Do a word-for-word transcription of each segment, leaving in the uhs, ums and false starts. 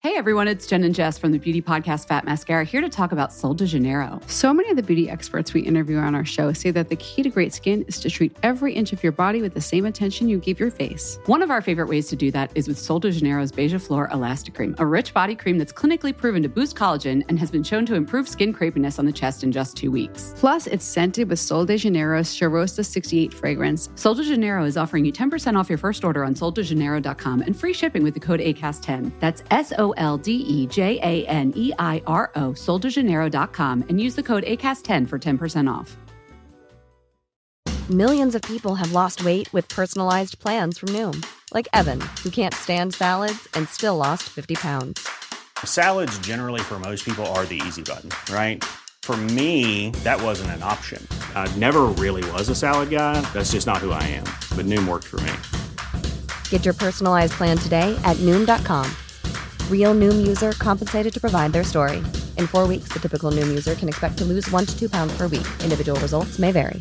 Hey everyone, it's Jen and Jess from the beauty podcast Fat Mascara here to talk about Sol de Janeiro. So many of the beauty experts we interview on our show say that the key to great skin is to treat every inch of your body with the same attention you give your face. One of our favorite ways to do that is with Sol de Janeiro's Beija Flor Elastic Cream, a rich body cream that's clinically proven to boost collagen and has been shown to improve skin crepiness on the chest in just two weeks. Plus, it's scented with Sol de Janeiro's Charosta sixty-eight fragrance. Sol de Janeiro is offering you ten percent off your first order on sol de janeiro dot com and free shipping with the code A C A S T ten. That's S O L D E J A N E I R O, sol de janeiro dot com, and use the code A C A S T ten for ten percent off. Millions of people have lost weight with personalized plans from Noom. Like Evan, who can't stand salads and still lost fifty pounds. Salads generally for most people are the easy button, right? For me, that wasn't an option. I never really was a salad guy. That's just not who I am. But Noom worked for me. Get your personalized plan today at Noom dot com. Real Noom user compensated to provide their story. In four weeks, the typical Noom user can expect to lose one to two pounds per week. Individual results may vary.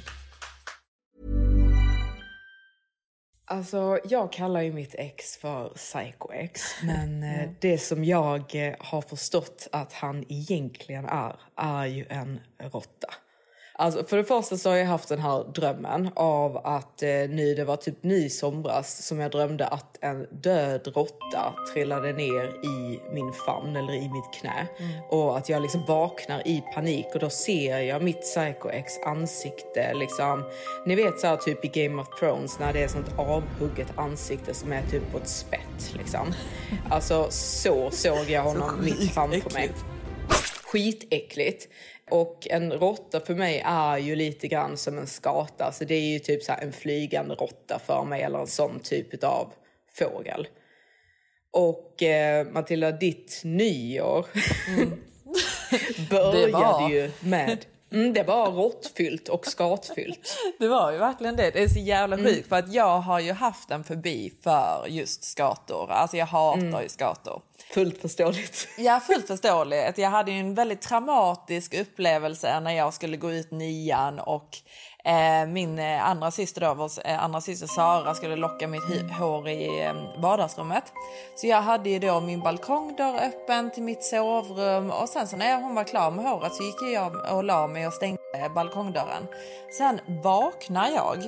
Alltså, jag kallar ju mitt ex för Psycho-ex. Men mm. det som jag har förstått att han egentligen är, är ju en råtta. Alltså, för det första så har jag haft den här drömmen av att eh, nu det var typ ny somras som jag drömde att en död råtta trillade ner i min famn eller i mitt knä. Mm. Och att jag liksom vaknar i panik och då ser jag mitt psycho-ex ansikte liksom. Ni vet så här typ i Game of Thrones när det är sånt avhugget ansikte som är typ på ett spett liksom. Alltså så såg jag honom mitt framför mig. Skitäckligt. Och en råtta för mig är ju lite grann som en skata. Så det är ju typ så här en flygande råtta för mig. Eller en sån typ av fågel. Och eh, Matilda, ditt nyår mm. började var... ju med... Mm, det var råttfyllt och skatfyllt. Det var ju verkligen det. Det är så jävla sjukt. Mm. För att jag har ju haft en förbi för just skator. Alltså jag hatar mm. ju skator. Fullt förståeligt. Ja, fullt förståeligt. Jag hade ju en väldigt traumatisk upplevelse när jag skulle gå ut nian och eh, min eh, andra syster då, vår eh, andra syster Sara skulle locka mitt hy- hår i eh, vardagsrummet. Så jag hade ju då min balkongdörr öppen till mitt sovrum och sen så när hon var klar med håret så gick jag och la mig och stängde balkongdörren. Sen vaknar jag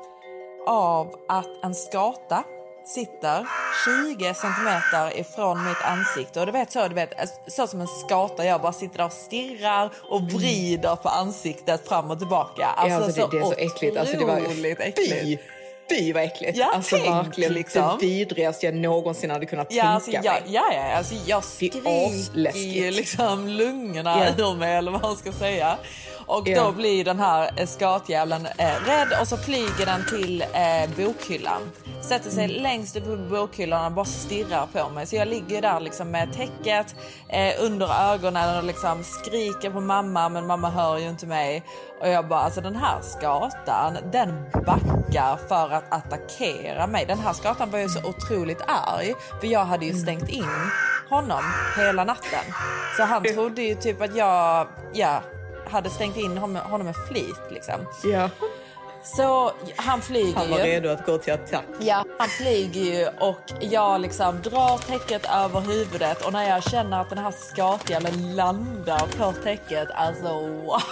av att en skata sitter tjugo centimeter ifrån mitt ansikte. Och du vet så, du vet, så som en skata. Jag bara sitter där och stirrar och vrider på ansiktet fram och tillbaka. Alltså, ja, alltså det, så det är så äckligt. Alltså det var äckligt. Fy, fy vad äckligt. Ja, alltså tänk, verkligen liksom. Det vidrigaste jag någonsin hade kunnat ja, tänka alltså, mig. Ja, ja, ja. Alltså, jag skriker i liksom lungorna yeah. ur mig eller vad man ska säga. Och yeah. då blir den här skatjävlen eh, rädd och så flyger den till eh, bokhyllan. Sätter sig mm. längst upp på bokhyllan och bara stirrar på mig. Så jag ligger där liksom med täcket eh, under ögonen och liksom skriker på mamma. Men mamma hör ju inte mig. Och jag bara, alltså den här skatan, den backar för att attackera mig. Den här skatan var ju så otroligt arg. För jag hade ju stängt in honom hela natten. Så han trodde ju typ att jag... ja. hade stängt in honom, honom med flit liksom. Ja. Så han flyger Han var ju. redo att gå till attack. Ja, han flyger ju och jag liksom drar täcket över huvudet och när jag känner att den här skatjäveln landar på täcket, alltså wow.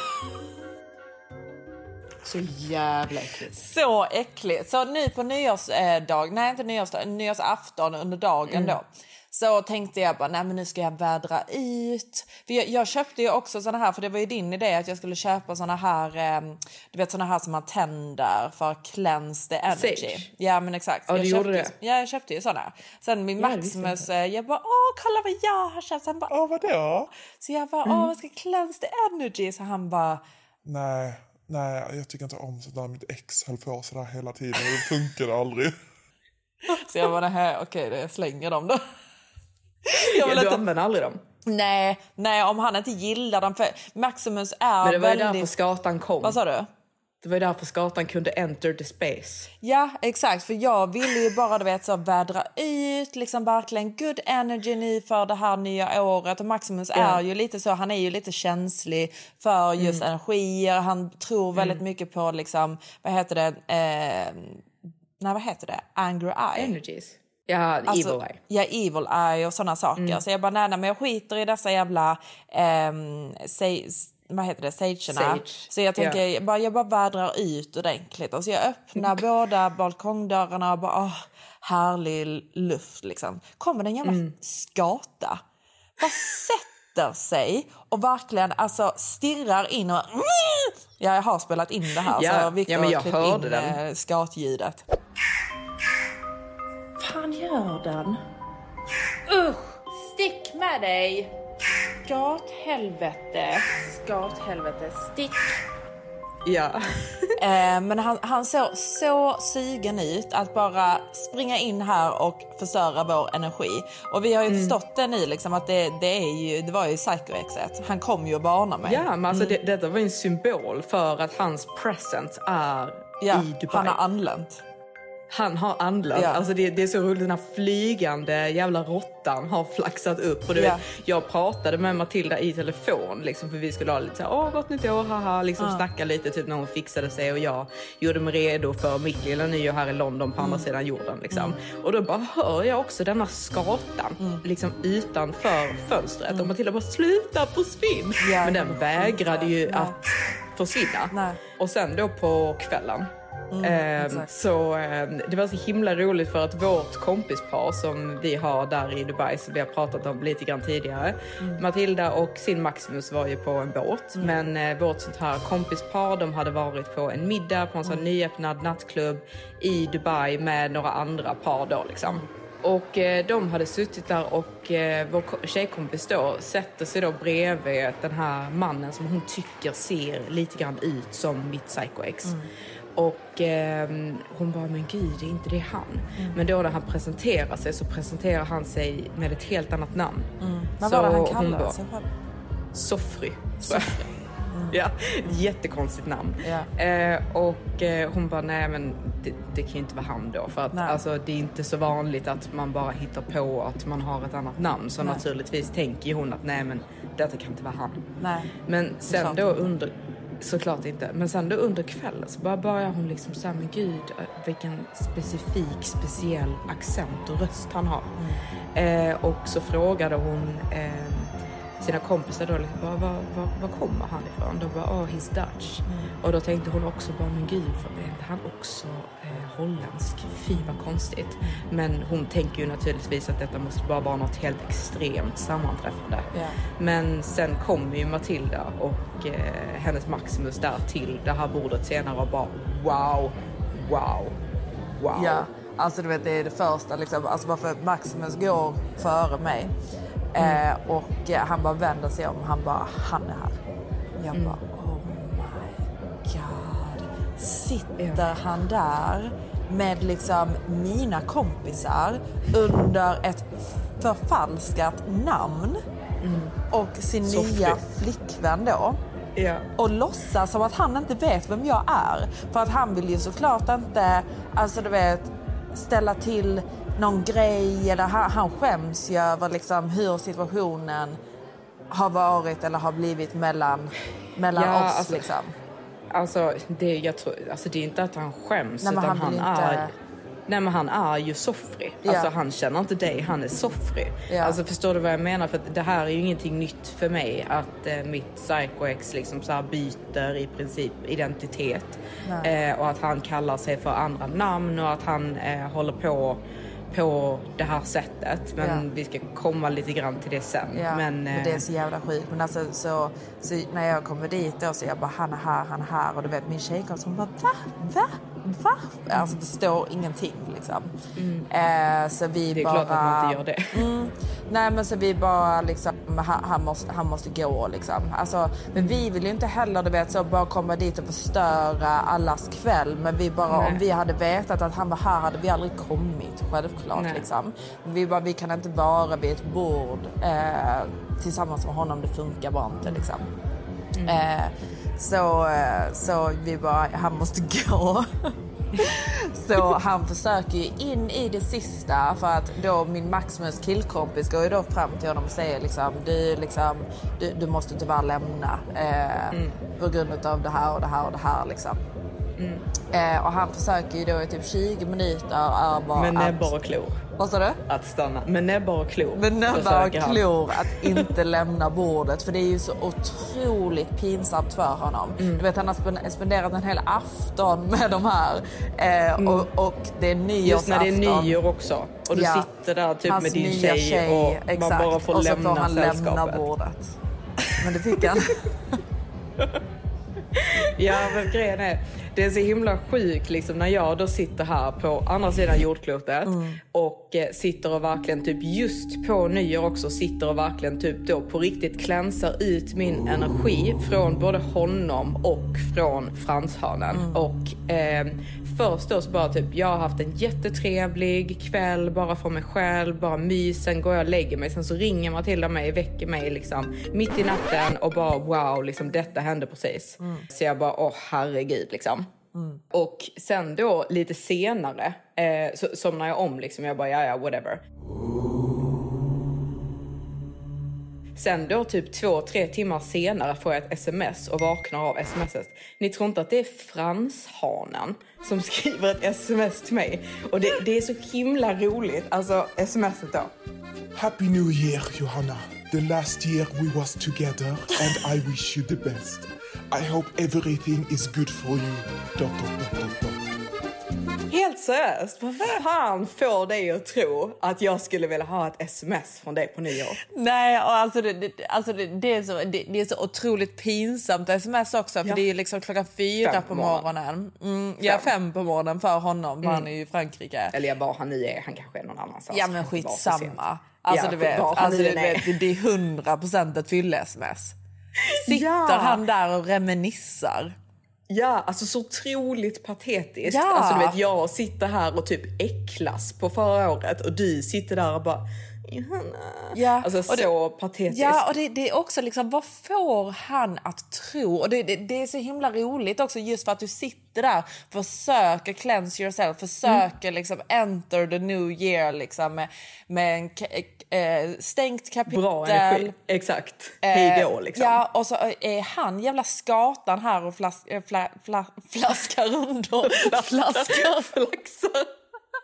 Så jävla äckligt. Så äckligt. Så nu på nyårsdag, nej inte nyårsdag, nyårsafton under dagen mm. då. Så tänkte jag bara, nej men nu ska jag vädra ut. För jag, jag köpte ju också såna här, för det var ju din idé att jag skulle köpa såna här, eh, du vet såna här som man tänder för cleanse the energy. Sage. Ja men exakt. Ja, jag du köpte, gjorde det. Ja, jag köpte ju såna. Sen min ja, Maximus, jag bara, åh kolla vad jag har köpt. Så han bara, åh vadå? Så jag bara, åh vad ska cleanse the energy? Så han bara, nej, nej jag tycker inte om sådär. Mitt ex höll på sådär hela tiden och det funkar aldrig. Så jag bara, nej okej okay, jag slänger dem då. Jag vill ja, inte... Du använder aldrig dem? Nej, nej, om han inte gillar dem. För Maximus är Men det var väldigt... ju därför skatan kom. Vad sa du? Det var ju därför skatan kunde enter the space. Ja, exakt. För jag ville ju bara, du vet, så vädra ut. Liksom verkligen good energy nu för det här nya året. Och Maximus yeah. är ju lite så, han är ju lite känslig för just mm. energier. Han tror väldigt mm. mycket på liksom, vad heter det? Eh, nej, vad heter det? Anger eye. Energies. Ja, alltså, evil eye. Ja, evil eye och sådana saker. Mm. Så jag bara, nej, nej, men jag skiter i dessa jävla... Um, say, vad heter det? Sagerna. Sage. Så jag tänker, yeah. jag, bara, jag bara vädrar ut ordentligt. Och så jag öppnar båda balkongdörrarna och bara, åh, härlig luft liksom. Kommer den jävla mm. skata. Bara sätter sig och verkligen alltså stirrar in och... Ja, jag har spelat in det här. Ja, så Victor ja men jag klippt hörde in den. Skatljudet. Fan gör den? Usch, stick med dig. Skat helvete. Skat helvete, stick. Ja. eh, men han, han såg så sugen ut att bara springa in här och förstöra vår energi. Och vi har ju mm. förstått det nu liksom, att det, det, är ju, det var ju Psycho-exet. Han kom ju och varnade mig. Ja, men alltså mm. det, detta var en symbol för att hans presence är ja, i Dubai. Han har anlänt. Han har anlänt. Ja. Alltså det, det är så roligt. Den här flygande jävla råttan har flaxat upp. Och du ja. vet, jag pratade med Matilda i telefon. Liksom, för vi skulle ha lite så här, åh, gott nytt år, haha. Liksom ja. snacka lite typ när hon fixade sig. Och jag gjorde mig redo för mitt lilla nyår här i London på andra mm. sidan jorden. Liksom. Mm. Och då bara hör jag också denna skatan mm. liksom, utanför fönstret. Mm. Och Matilda bara, sluta, försvinn. Ja, men den vägrade ju nej. att försvinna. Nej. Och sen då på kvällen. Mm, eh, så eh, det var så himla roligt för att vårt kompispar som vi har där i Dubai, som vi har pratat om lite grann tidigare, mm. Matilda och sin Maximus var ju på en båt, mm. men eh, vårt sånt här kompispar, de hade varit på en middag på en sån mm. nyöppnad nattklubb i Dubai med några andra par då liksom. Mm. Och eh, de hade suttit där och eh, vår tjejkompis då sätter sig då bredvid den här mannen som hon tycker ser lite grann ut som mitt psycho-ex. Mm. Och eh, hon bara, men gud, det är inte det han. Mm. Men då när han presenterar sig så presenterar han sig med ett helt annat namn. Mm. Vad var det han kallade sig själv? Soffry. Soffry. Mm. Ja, ett jättekonstigt namn. Ja. Eh, och eh, hon bara, nej men det, det kan ju inte vara han då. För att alltså, det är inte så vanligt att man bara hittar på att man har ett annat namn. Så nej. naturligtvis tänker hon att nej men detta kan inte vara han. Nej. Men sen Klart. då under... Såklart inte. Men sen då under kvällen så bara börjar hon liksom säga, men gud, vilken specifik, speciell accent och röst han har. Mm. Eh, och så frågade hon eh, sina kompisar då, liksom, bara, var, var, var kommer han ifrån? De bara, oh, he's Dutch. Mm. Och då tänkte hon också, bara, men gud, för är inte han också eh, holländsk? Fy, vad konstigt. Mm. Men hon tänker ju naturligtvis att detta måste bara vara något helt extremt sammanträffande. Yeah. Men sen kommer ju Matilda och eh, hennes Maximus där till det här bordet senare och bara, wow, wow, wow. Ja, alltså du vet, det är det första liksom, alltså bara för Maximus går före mig. Mm. Eh, och eh, han bara vänder sig om. Han bara, han är här. Jag mm. bara, oh my god. Sitter ja. han där med liksom mina kompisar under ett förfalskat namn mm. och sin så nya fri. flickvän då. Ja. Och låtsas som att han inte vet vem jag är. För att han vill ju såklart inte, alltså du vet, ställa till någon grej, eller han, han skäms ju över liksom hur situationen har varit eller har blivit mellan, mellan ja, oss alltså, liksom. Alltså det, jag tror, alltså det är inte att han skäms, nej, utan han, han inte... är nej men han är ju Soffry. Ja. Alltså han känner inte dig, han är Soffry. Ja. Alltså förstår du vad jag menar? För att det här är ju ingenting nytt för mig att eh, mitt psycho-ex liksom så här byter i princip identitet. Eh, och att han kallar sig för andra namn och att han eh, håller på på det här sättet. Men ja. vi ska komma lite grann till det sen. Ja, men, men det är så jävla sjukt. Men alltså så, så när jag kommer dit då så jag bara, han är här, han är här. Och du vet, min tjejkompis som bara, va? Va? Va? Mm. Alltså det står ingenting liksom. Mm. Eh, så vi det är bara, klart att man inte gör det. Mm, nej men så vi bara liksom, han, han, måste, han måste gå liksom. Alltså, men vi vill ju inte heller, du vet, så bara komma dit och förstöra allas kväll. Men vi bara, nej. om vi hade vetat att han var här hade vi aldrig kommit, självklart liksom. Men vi bara, vi kan inte vara vid ett bord eh, tillsammans med honom, det funkar bara inte liksom. Mm. Eh, så, så vi bara, han måste gå. Så han försöker ju in i det sista, för att då min Maximus killkompis går ju då fram till honom och säger liksom, du, liksom, du, du måste tyvärr lämna eh, mm. på grund av det här och det här och det här liksom. Mm. Eh, och han försöker ju då i typ tjugo minuter. Men det är bara klor. Vad sa du? Att stanna med näbbar och klor. Med näbbar och klor att inte lämna bordet. För det är ju så otroligt pinsamt för honom. Mm. Du vet, han har spenderat en hel afton med de här. Eh, mm. och, och det är nyårsafton. Just när det är nyår också. Och du ja. sitter där typ hans med din tjej, tjej och exakt. man bara får och så lämna får han sällskapet. lämna bordet. Men det fick han. Ja, men grejen är, det är så himla sjukt liksom, när jag då sitter här på andra sidan jordklotet mm. och eh, sitter och verkligen typ just på nyår också sitter och verkligen typ då på riktigt klänsar ut min energi från både honom och från franshanen. Mm. Och eh, först då så bara typ, jag har haft en jättetrevlig kväll bara för mig själv, bara mysen, går jag och lägger mig, sen så ringer Matilda mig, väcker mig liksom mitt i natten och bara wow, liksom detta hände precis. Mm. Så jag bara, åh herregud liksom. Mm. Och sen då lite senare eh, så somnar jag om liksom, jag bara ja ja whatever. Sen då typ två, tre timmar senare får jag ett sms och vaknar av smset. Ni tror inte att det är franshanen som skriver ett sms till mig. Och det, det är så himla roligt, alltså smset då. Happy New Year, Johanna. The last year we was together and I wish you the best. I hope everything is good for you. Dot, dot, dot, dot, dot. Helt seriöst, vad fan får dig att tro att jag skulle vilja ha ett sms från dig på nyår? Nej, och alltså, det, det, alltså det, det, är så, det, det är så otroligt pinsamt sms också. För ja. Det är ju liksom klockan fyra fem på morgonen. Mm, fem. Ja, fem på morgonen för honom. Mm. Han är ju i Frankrike. Eller jag bara, han är, han kanske är någon annanstans. Ja, men skitsamma. Alltså, ja, du vet, alltså du vet, det är hundra procent ett fylle-sms. Sitter ja. han där och reminissar. Ja, alltså så otroligt patetiskt. Ja. Alltså du vet, jag sitter här och typ äcklas på förra året och du sitter där och bara Johanna. Ja. Alltså och så det, patetiskt. Ja, och det, det är också liksom, vad får han att tro? Och det, det, det är så himla roligt också just för att du sitter där, försöker cleanse yourself, försöker mm. liksom enter the new year liksom med, med en eh, stängt kapitel. Bra energi, exakt. Hej då liksom. Ja, och så är han jävla skatan här och flas, fla, fla, flaskar runt flaskar. Flaxar.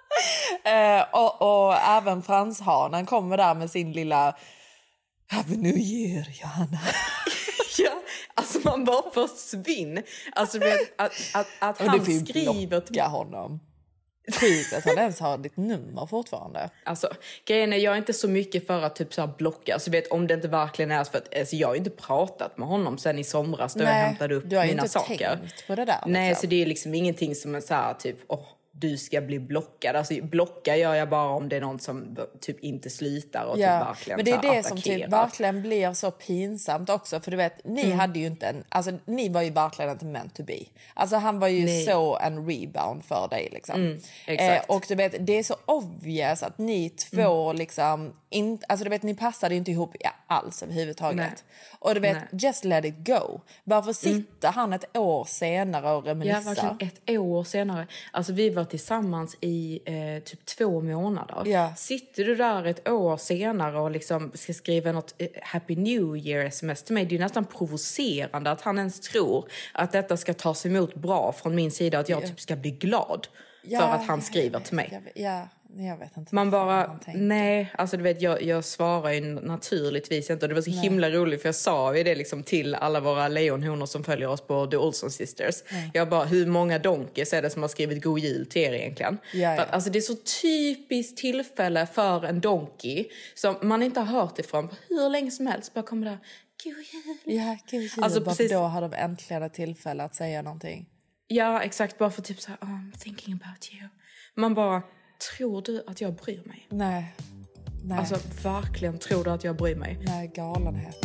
Uh, och, och även franshanen kommer där med sin lilla Happy New Year, Johanna. Ja, alltså man bara försvinner. Alltså vet, att, att, att han skriver till honom. Sjukt att han ens har ditt nummer fortfarande. Alltså, grejen är, jag är inte så mycket för att typ så här blocka. Alltså vet, om det inte verkligen är för att alltså, jag har inte pratat med honom sen i somras då Nej, jag hämtade upp du har mina inte saker. Tänkt på det där. Nej, liksom. Så det är liksom ingenting som är så här typ åh, du ska bli blockad. Alltså blocka gör jag bara om det är någon som typ inte slutar och ja, typ verkligen men det är det attackerar. som typ verkligen blir så pinsamt också. För du vet, ni mm. hade ju inte en, alltså ni var ju verkligen inte meant to be. Alltså han var ju Nej. så en rebound för dig liksom. Mm, exakt. Eh, och du vet, det är så obvious att ni två mm. liksom inte, alltså du vet, ni passade inte ihop ja, alls överhuvudtaget. Nej. Och du vet, Nej. just let it go. Varför sitter mm. han ett år senare och reminissar? Ja, verkligen ett år senare. Alltså vi var tillsammans i eh, typ två månader. Ja. Sitter du där ett år senare och liksom ska skriva något eh, Happy New Year sms till mig. Det är nästan provocerande att han ens tror att detta ska tas emot bra från min sida. Att jag ja. typ ska bli glad ja, för att han skriver till mig. Jag vet, ja. Jag vet inte. Man bara, nej, alltså du vet, jag, jag svarar ju naturligtvis inte. Och det var så nej. himla roligt för jag sa ju det liksom till alla våra lejonhonor som följer oss på The Olsen Sisters. Nej. Jag bara, hur många donkeys är det som har skrivit god jul till er egentligen? Ja, ja. För att, alltså det är så typiskt tillfälle för en donkey som man inte har hört ifrån på hur länge som helst. Bara kommer där, god jul. Ja, god jul. Alltså, bara precis. Då har de äntligen ett tillfälle att säga någonting. Ja, exakt. Bara för typ så här, oh, I'm thinking about you. Man bara... Tror du att jag bryr mig? Nej. Nej. Alltså verkligen, tror du att jag bryr mig? Nej, galenhet.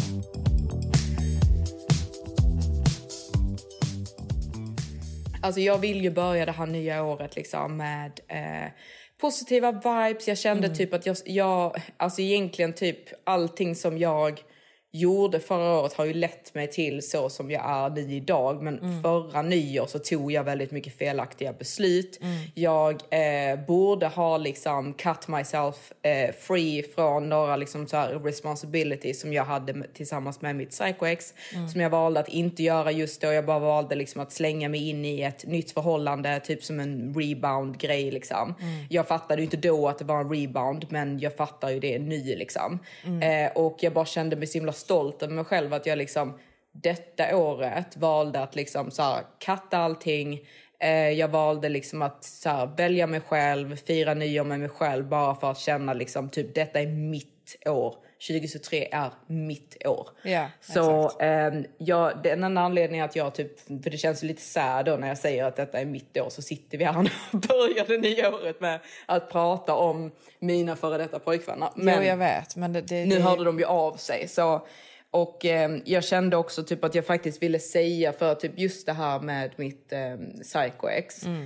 Alltså jag vill ju börja det här nya året liksom med eh, positiva vibes. Jag kände mm. typ att jag, jag, alltså egentligen typ allting som jag gjorde förra året har ju lett mig till så som jag är nu idag. Men mm. förra nyår så tog jag väldigt mycket felaktiga beslut. Mm. Jag eh, borde ha liksom cut myself eh, free från några liksom så här responsibilities som jag hade tillsammans med mitt psycho-ex. Mm. Som jag valde att inte göra just då. Jag bara valde liksom att slänga mig in i ett nytt förhållande. Typ som en rebound-grej liksom. Mm. Jag fattade ju inte då att det var en rebound. Men jag fattar ju det nu liksom. Mm. Eh, och jag bara kände mig så himla stolt över mig själv att jag liksom detta året valde att liksom så här katta allting. Eh, jag valde liksom att så här, välja mig själv, fira nyår med mig själv bara för att känna liksom typ detta är mitt år. tjugohundratjugotre är mitt år. Ja, så eh, jag, den enda anledningen att jag typ, för det känns ju lite sad då när jag säger att detta är mitt år, så sitter vi här och börjar det nya året med att prata om mina före detta pojkvänner. Men jo, jag vet. Men det, det, nu det... hörde de ju av sig. Så, och eh, jag kände också typ att jag faktiskt ville säga för typ just det här med mitt eh, psycho-ex. Mm.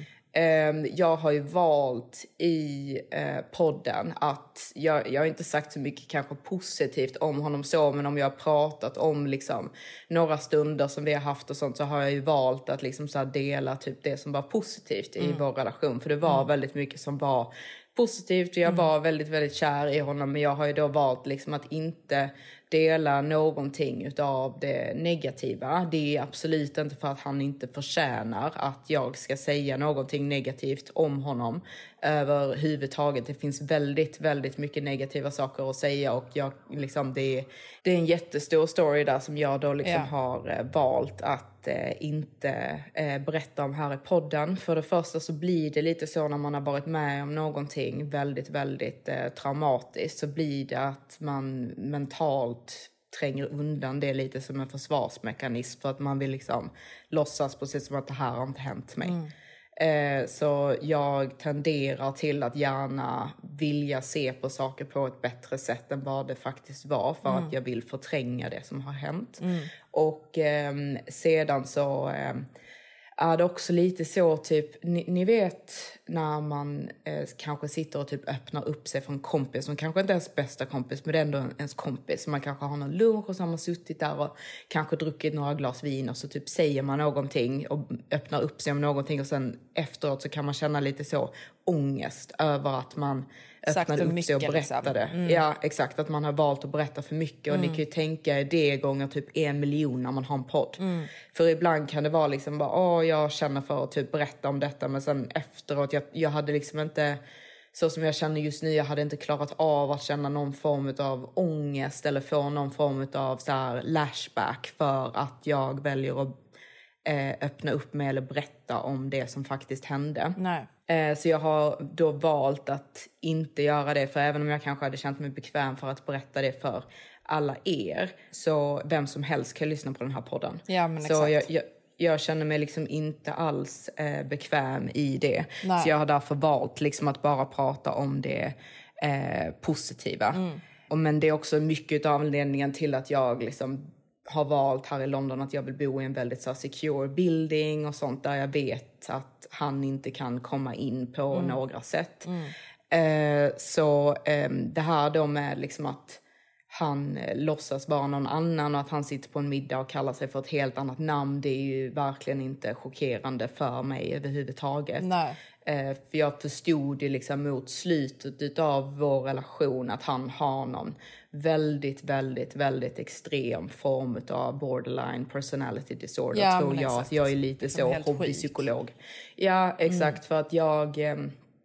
Jag har ju valt i eh, podden att jag, jag har inte sagt så mycket kanske positivt om honom så, men om jag har pratat om liksom några stunder som vi har haft och sånt, så har jag ju valt att liksom så här dela typ det som var positivt i mm. vår relation, för det var mm. väldigt mycket som var positivt och jag mm. var väldigt väldigt kär i honom, men jag har ju då valt liksom att inte dela någonting utav det negativa. Det är absolut inte för att han inte förtjänar att jag ska säga någonting negativt om honom överhuvudtaget. Det finns väldigt, väldigt mycket negativa saker att säga, och jag, liksom, det, det är en jättestor story där som jag då liksom yeah. har eh, valt att eh, inte eh, berätta om här i podden. För det första så blir det lite så när man har varit med om någonting väldigt, väldigt eh, traumatiskt, så blir det att man mentalt tränger undan det lite som en försvarsmekanism, för att man vill liksom låtsas precis som att det här har inte hänt mig. Mm. Eh, så jag tenderar till att gärna vilja se på saker på ett bättre sätt än vad det faktiskt var, för mm. att jag vill förtränga det som har hänt. Mm. Och eh, sedan så eh, är det också lite så typ, ni, ni vet när man eh, kanske sitter och typ öppnar upp sig för en kompis som kanske inte är ens bästa kompis, men det är ändå ens kompis. Man kanske har någon lunch och så har man suttit där och kanske druckit några glas vin, och så typ säger man någonting och öppnar upp sig om någonting, och sen efteråt så kan man känna lite så ångest över att man öppnade upp sig och berättade. Liksom. Mm. Ja, exakt. Att man har valt att berätta för mycket. Och mm. ni kan ju tänka det gånger typ en miljon när man har en podd. Mm. För ibland kan det vara liksom bara, åh, jag känner för att typ berätta om detta. Men sen efteråt, jag, jag hade liksom inte, så som jag känner just nu, jag hade inte klarat av att känna någon form av ångest eller få någon form av så här lashback för att jag väljer att eh, öppna upp mig eller berätta om det som faktiskt hände. Nej. Så jag har då valt att inte göra det, för även om jag kanske hade känt mig bekväm för att berätta det för alla er, så vem som helst kan lyssna på den här podden. Ja, men så exakt. jag, jag, jag känner mig liksom inte alls eh, bekväm i det. Nej. Så jag har därför valt liksom att bara prata om det eh, positiva. Mm. Och, men det är också mycket av anledningen till att jag liksom har valt här i London att jag vill bo i en väldigt så här, secure building och sånt, där jag vet att han inte kan komma in på mm. några sätt. Mm. Eh, så eh, det här då med liksom att han eh, låtsas vara någon annan och att han sitter på en middag och kallar sig för ett helt annat namn, det är ju verkligen inte chockerande för mig överhuvudtaget. Nej. Eh, för jag förstod ju liksom mot slutet av vår relation att han har någon väldigt, väldigt, väldigt extrem form av borderline personality disorder, ja, tror jag. Exakt. Jag är lite så hobbypsykolog. Ja, exakt. Mm. För att jag... Eh,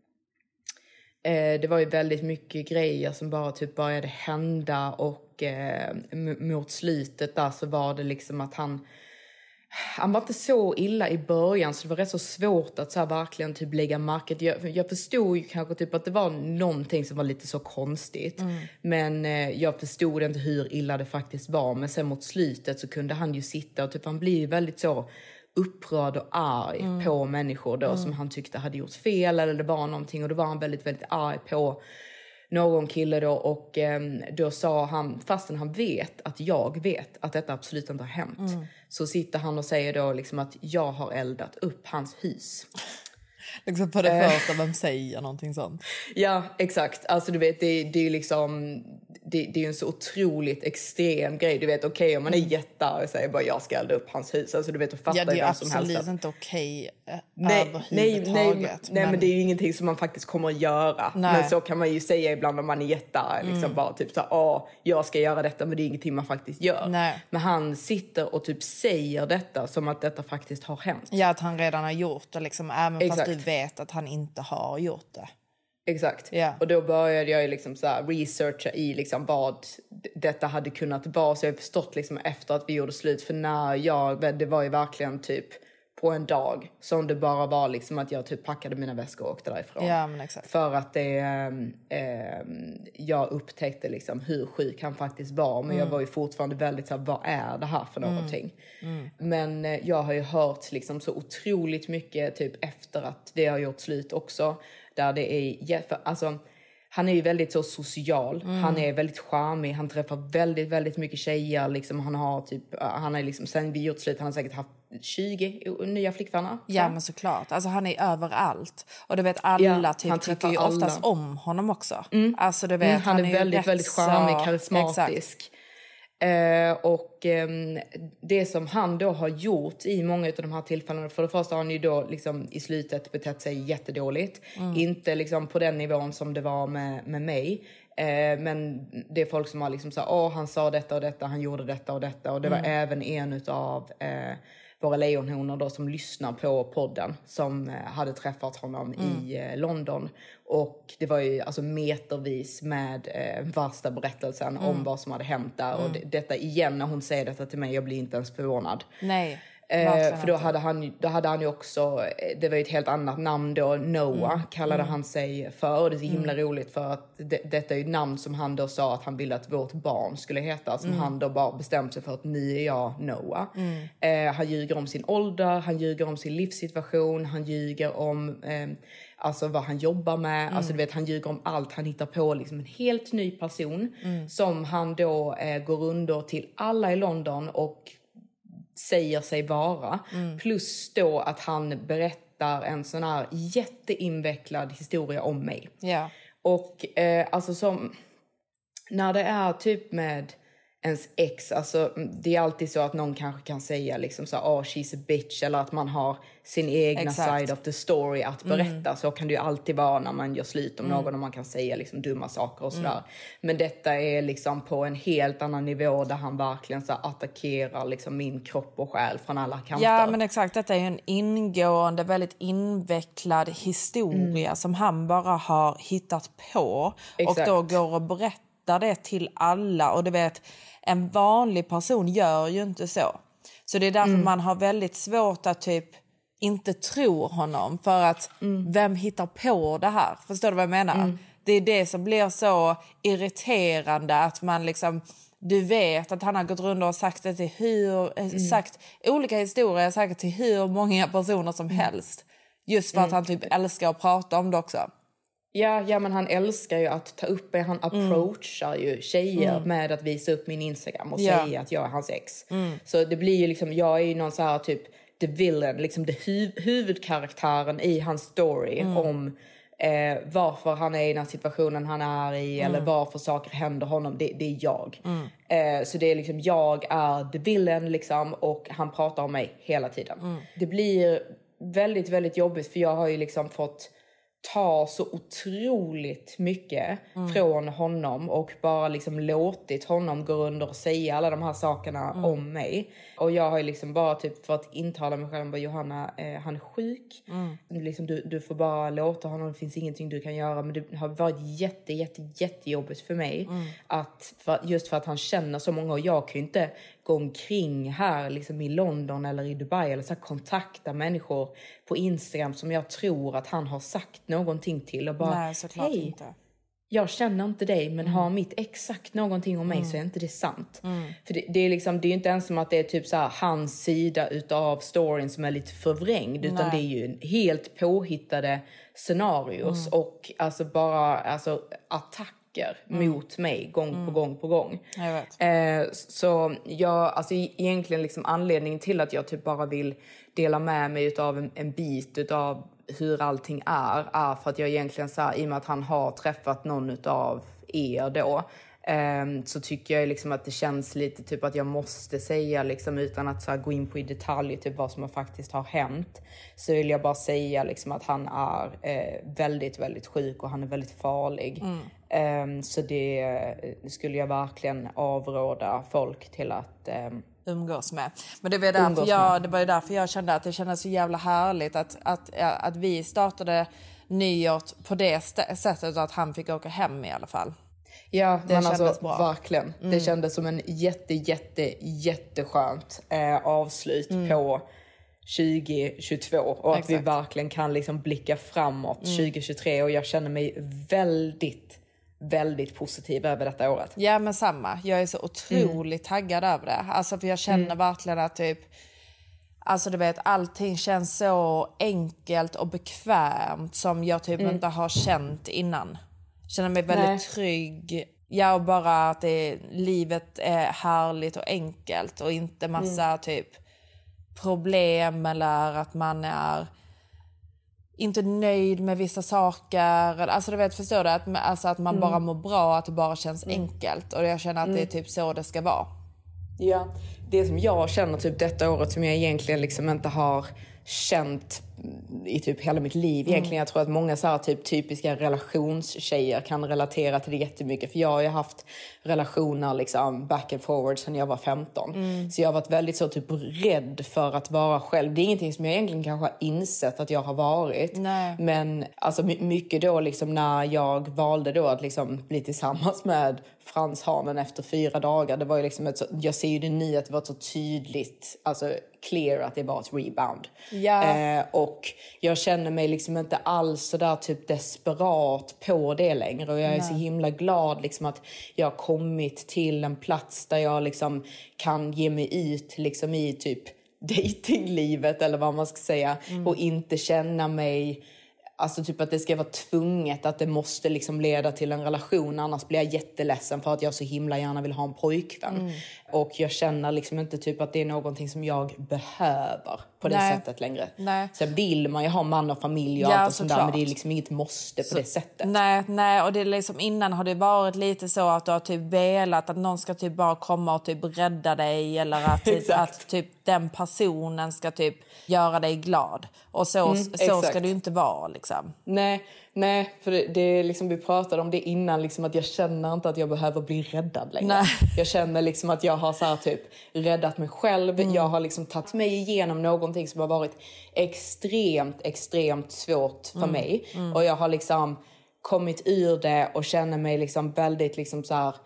eh, det var ju väldigt mycket grejer som bara typ började hända, och eh, m- mot slutet där så var det liksom att han... Han var inte så illa i början, så det var rätt så svårt att så här verkligen typ lägga market. Jag, jag förstod ju kanske typ att det var någonting som var lite så konstigt. Mm. Men eh, jag förstod inte hur illa det faktiskt var. Men sen mot slutet så kunde han ju sitta och typ han blev ju väldigt så upprörd och arg mm. på människor då mm. som han tyckte hade gjort fel eller det var någonting. Och då var han väldigt, väldigt arg på någon kille då, och eh, då sa han, fastän han vet att jag vet att detta absolut inte har hänt, mm. så sitter han och säger då liksom att jag har eldat upp hans hus. Liksom på det eh. första, vem säger någonting sånt? Ja, exakt. Alltså du vet, det, det är ju liksom... Det, det är ju en så otroligt extrem grej. Du vet, okej okay, om man är jättar och säger bara jag ska elda upp hans hus. Alltså du vet, och fattar ja, det är vem som helst. absolut inte okej okay, nej, överhuvudtaget. Nej, nej, men... nej, men det är ju ingenting som man faktiskt kommer att göra. Nej. Men så kan man ju säga ibland om man är jättar. Liksom mm. bara typ så här, åh, jag ska göra detta, men det är ingenting man faktiskt gör. Nej. Men han sitter och typ säger detta som att detta faktiskt har hänt. Ja, att han redan har gjort det liksom, även Exakt. Fast du vet att han inte har gjort det. Exakt. Yeah. Och då började jag liksom så här researcha i liksom vad d- detta hade kunnat vara. Så jag har förstått liksom efter att vi gjorde slut. För när jag, det var ju verkligen typ på en dag som det bara var liksom att jag typ packade mina väskor och åkte därifrån. Ja, men exakt. För att det, eh, jag upptäckte liksom hur sjuk han faktiskt var. Men mm. jag var ju fortfarande väldigt så här, vad är det här för någonting? Mm. Mm. Men eh, jag har ju hört liksom så otroligt mycket typ efter att vi har gjort slut också. Där det är, för, alltså, han är ju väldigt så social. Mm. Han är väldigt charmig. Han träffar väldigt, väldigt mycket tjejer. Liksom, han har typ, han är liksom, sen vi gjort slut, han har säkert haft tjugo nya flickvänner. Ja, men såklart. Alltså han är överallt. Och du vet, alla ja, typ tycker ju alla. Oftast om honom också. Mm. Alltså du vet, mm, han, han är, är väldigt, väldigt charmig, så... karismatisk. Exakt. Eh, och eh, det som han då har gjort i många av de här tillfällena, för det första har han ju då liksom i slutet betett sig jättedåligt. Mm. Inte liksom på den nivån som det var med, med mig. Eh, men det är folk som har liksom sagt, åh han sa detta och detta, han gjorde detta och detta. Och det var mm. även en utav eh, våra lejonhonor då som lyssnar på podden som eh, hade träffat honom mm. i eh, London. Och det var ju alltså metervis med eh, värsta berättelsen mm. om vad som hade hänt där. Mm. Och det, detta igen, när hon säger detta till mig, jag blir inte ens förvånad. Nej. Eh, för då hade, han, då hade han ju också, det var ju ett helt annat namn då, Noah mm. kallade mm. han sig för. Och det är så himla mm. roligt för att det, detta är ju ett namn som han då sa att han ville att vårt barn skulle heta. Som mm. han då bara bestämt sig för att nu är jag Noah. Mm. Eh, han ljuger om sin ålder, han ljuger om sin livssituation, han ljuger om eh, alltså vad han jobbar med. Mm. Alltså du vet, han ljuger om allt, han hittar på liksom en helt ny person. Mm. Som han då eh, går under till alla i London och säger sig vara. Mm. Plus då att han berättar en sån här jätteinvecklad historia om mig. Yeah. Och eh, alltså som när det är typ med ens ex, alltså det är alltid så att någon kanske kan säga liksom så, oh she's a bitch, eller att man har sin egna Exakt. Side of the story att berätta. Mm. Så kan det ju alltid vara när man gör slut om mm. någon och man kan säga liksom dumma saker och sådär. Mm. Men detta är liksom på en helt annan nivå där han verkligen så attackerar liksom min kropp och själ från alla kanter. Ja, men exakt, detta är ju en ingående, väldigt invecklad historia mm. som han bara har hittat på. Exakt. Och då går och berättar det till alla. Och du vet, en vanlig person gör ju inte så. Så det är därför mm. man har väldigt svårt att typ inte tro honom. För att mm. vem hittar på det här? Förstår du vad jag menar? Mm. Det är det som blir så irriterande att man liksom... Du vet att han har gått runt och sagt det till hur... Mm. Sagt olika historier säkert till hur många personer som helst. Just för mm. att han typ älskar att prata om det också. Ja, ja, men han älskar ju att ta upp det. Han approachar mm. ju tjejer mm. med att visa upp min Instagram och ja. säga att jag är hans ex. Mm. Så det blir ju liksom, jag är ju någon så här typ the villain, liksom det hu- huvudkaraktären i hans story mm. om eh, varför han är i den här situationen han är i mm. eller varför saker händer honom. Det, det är jag. Mm. Eh, så det är liksom, jag är the villain liksom, och han pratar om mig hela tiden. Mm. Det blir väldigt, väldigt jobbigt för jag har ju liksom fått ta så otroligt mycket mm. från honom och bara liksom låtit honom gå under och säga alla de här sakerna mm. om mig. Och jag har ju liksom bara typ för att intala mig själv, bara, Johanna, eh, han är sjuk. Mm. Liksom, du, du får bara låta honom, det finns ingenting du kan göra. Men det har varit jätte, jätte, jättejobbigt för mig. Mm. Att för, just för att han känner så många, och jag kan ju inte gå omkring här liksom i London eller i Dubai eller så här, kontakta människor på Instagram som jag tror att han har sagt någonting till och bara, nej, såklart hej, inte. Jag känner inte dig, men mm. har mitt exakt någonting om mig mm. så är inte det sant. Mm. För det, det är liksom, det är ju inte ens som att det är typ så här hans sida utav storyn som är lite förvrängd, utan nej. Det är ju helt påhittade scenarios mm. och alltså bara alltså attacker saker mm. mot mig gång mm. på gång på gång. Jag vet. Eh, så jag, alltså egentligen liksom anledningen till att jag typ bara vill dela med mig utav en, en bit utav hur allting är, är för att jag egentligen så här, i och med att han har träffat någon utav er då, Um, så tycker jag liksom att det känns lite typ att jag måste säga liksom, utan att så här, gå in på i detalj typ vad som faktiskt har hänt, så vill jag bara säga liksom, att han är uh, väldigt väldigt sjuk och han är väldigt farlig. Mm. Um, så det uh, skulle jag verkligen avråda folk till att um, umgås med. Men det var därför jag, det var därför jag kände att det kändes så jävla härligt att, att, att vi startade nyåret på det sättet att han fick åka hem i alla fall. Ja, det men alltså bra. Verkligen. Mm. Det kändes som en jätte, jätte, jätteskönt eh, avslut mm. på tjugo tjugotvå. Och Exakt. Att vi verkligen kan liksom blicka framåt mm. tjugo tjugotre. Och jag känner mig väldigt, väldigt positiv över detta året. Ja, men samma. Jag är så otroligt mm. taggad över det. Alltså för jag känner mm. verkligen att typ... Alltså du vet, allting känns så enkelt och bekvämt som jag typ mm. inte har känt innan. Känner mig väldigt Nej. trygg. Ja, och bara att det, livet är härligt och enkelt. Och inte massa mm. typ problem. Eller att man är inte nöjd med vissa saker. Alltså du vet, förstår du? Att, alltså, att man mm. bara mår bra. Att det bara känns mm. enkelt. Och jag känner att mm. det är typ så det ska vara. Ja, det som jag känner typ detta året som jag egentligen liksom inte har känt i typ hela mitt liv egentligen. Mm. Jag tror att många så här typ typiska relationstjejer kan relatera till det jättemycket. För jag har ju haft relationer liksom back and forward sedan jag var femton. Mm. Så jag har varit väldigt så typ rädd för att vara själv. Det är ingenting som jag egentligen kanske har insett att jag har varit. Nej. Men alltså mycket då liksom när jag valde då att liksom bli tillsammans med Frans Hanen efter fyra dagar. Det var ju liksom ett så, jag ser ju det nu att det var så tydligt, alltså clear att det var ett rebound. Ja. Eh, och jag känner mig liksom inte alls så där typ desperat på det längre. Och jag är Nej. så himla glad liksom att jag har kommit till en plats där jag liksom kan ge mig ut liksom i typ datinglivet eller vad man ska säga. Mm. Och inte känna mig... Alltså typ att det ska vara tvunget, att det måste liksom leda till en relation. Annars blir jag jätteledsen för att jag så himla gärna vill ha en pojkvän. Mm. Och jag känner liksom inte typ att det är någonting som jag behöver på det Nej. sättet längre. Nej. Sen vill man ju ha man och familj och ja, allt och sånt där. Men det är liksom inget måste så, på det sättet. Nej, nej, och det är liksom innan har det varit lite så att du har typ velat att någon ska typ bara komma och typ rädda dig. Eller att, typ, att typ den personen ska typ göra dig glad. Och så, mm, så ska det ju inte vara liksom. Nej, nej, för det, det är liksom, vi pratade om det innan liksom, att jag känner inte att jag behöver bli räddad längre. Nej. Jag känner liksom att jag har så här, typ räddat mig själv. Mm. Jag har liksom tagit mig igenom någonting som har varit extremt, extremt svårt för mm. mig. Mm. Och jag har liksom kommit ur det och känner mig liksom väldigt liksom så här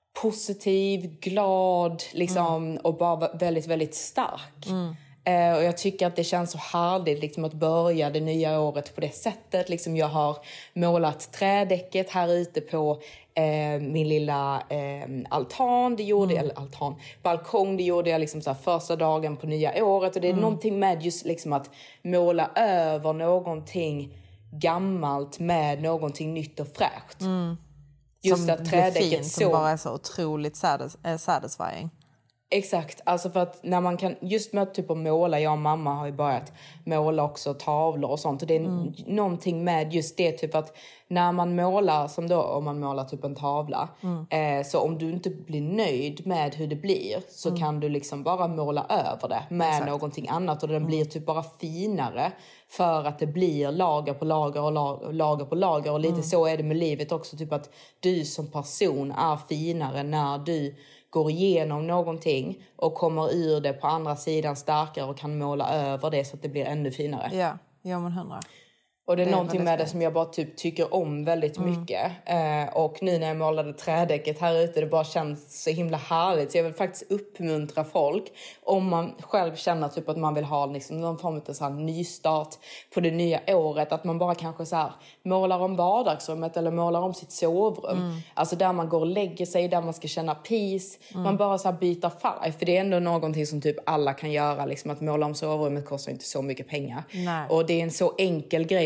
positiv, glad liksom, mm. och bara väldigt, väldigt stark. Mm. Uh, och jag tycker att det känns så härligt liksom, att börja det nya året på det sättet. Liksom, jag har målat trädäcket här ute på uh, min lilla uh, altan. Det gjorde mm. eller altan, balkong. Det gjorde jag liksom, så här, första dagen på nya året. Och det är mm. någonting med just liksom, att måla över någonting gammalt med någonting nytt och fräscht. Mm. Just som att trädäcket fint, så... som bara är så otroligt satis- satisfying. Exakt, alltså för att när man kan just med typ att måla, jag och mamma har ju börjat måla också tavlor och sånt, och det är mm. någonting med just det typ att när man målar, som då om man målar typ en tavla, mm. eh, så om du inte blir nöjd med hur det blir så mm. kan du liksom bara måla över det med Exakt. någonting annat, och den mm. blir typ bara finare för att det blir lager på lager och lager, lager på lager, och lite mm. så är det med livet också, typ att du som person är finare när du går igenom någonting och kommer ur det på andra sidan starkare och kan måla över det så att det blir ännu finare. Ja, ja men hundra. Och det är, det är någonting med det som jag bara typ tycker om väldigt mm. mycket. Eh, och nu när jag målade trädäcket här ute, det bara känns så himla härligt. Så jag vill faktiskt uppmuntra folk, om man själv känner typ att man vill ha liksom någon form av så här nystart på det nya året. Att man bara kanske så här målar om vardagsrummet eller målar om sitt sovrum. Mm. Alltså där man går och lägger sig, där man ska känna peace. Mm. Man bara så här byter färg. För det är ändå någonting som typ alla kan göra. Liksom att måla om sovrummet kostar inte så mycket pengar. Nej. Och det är en så enkel grej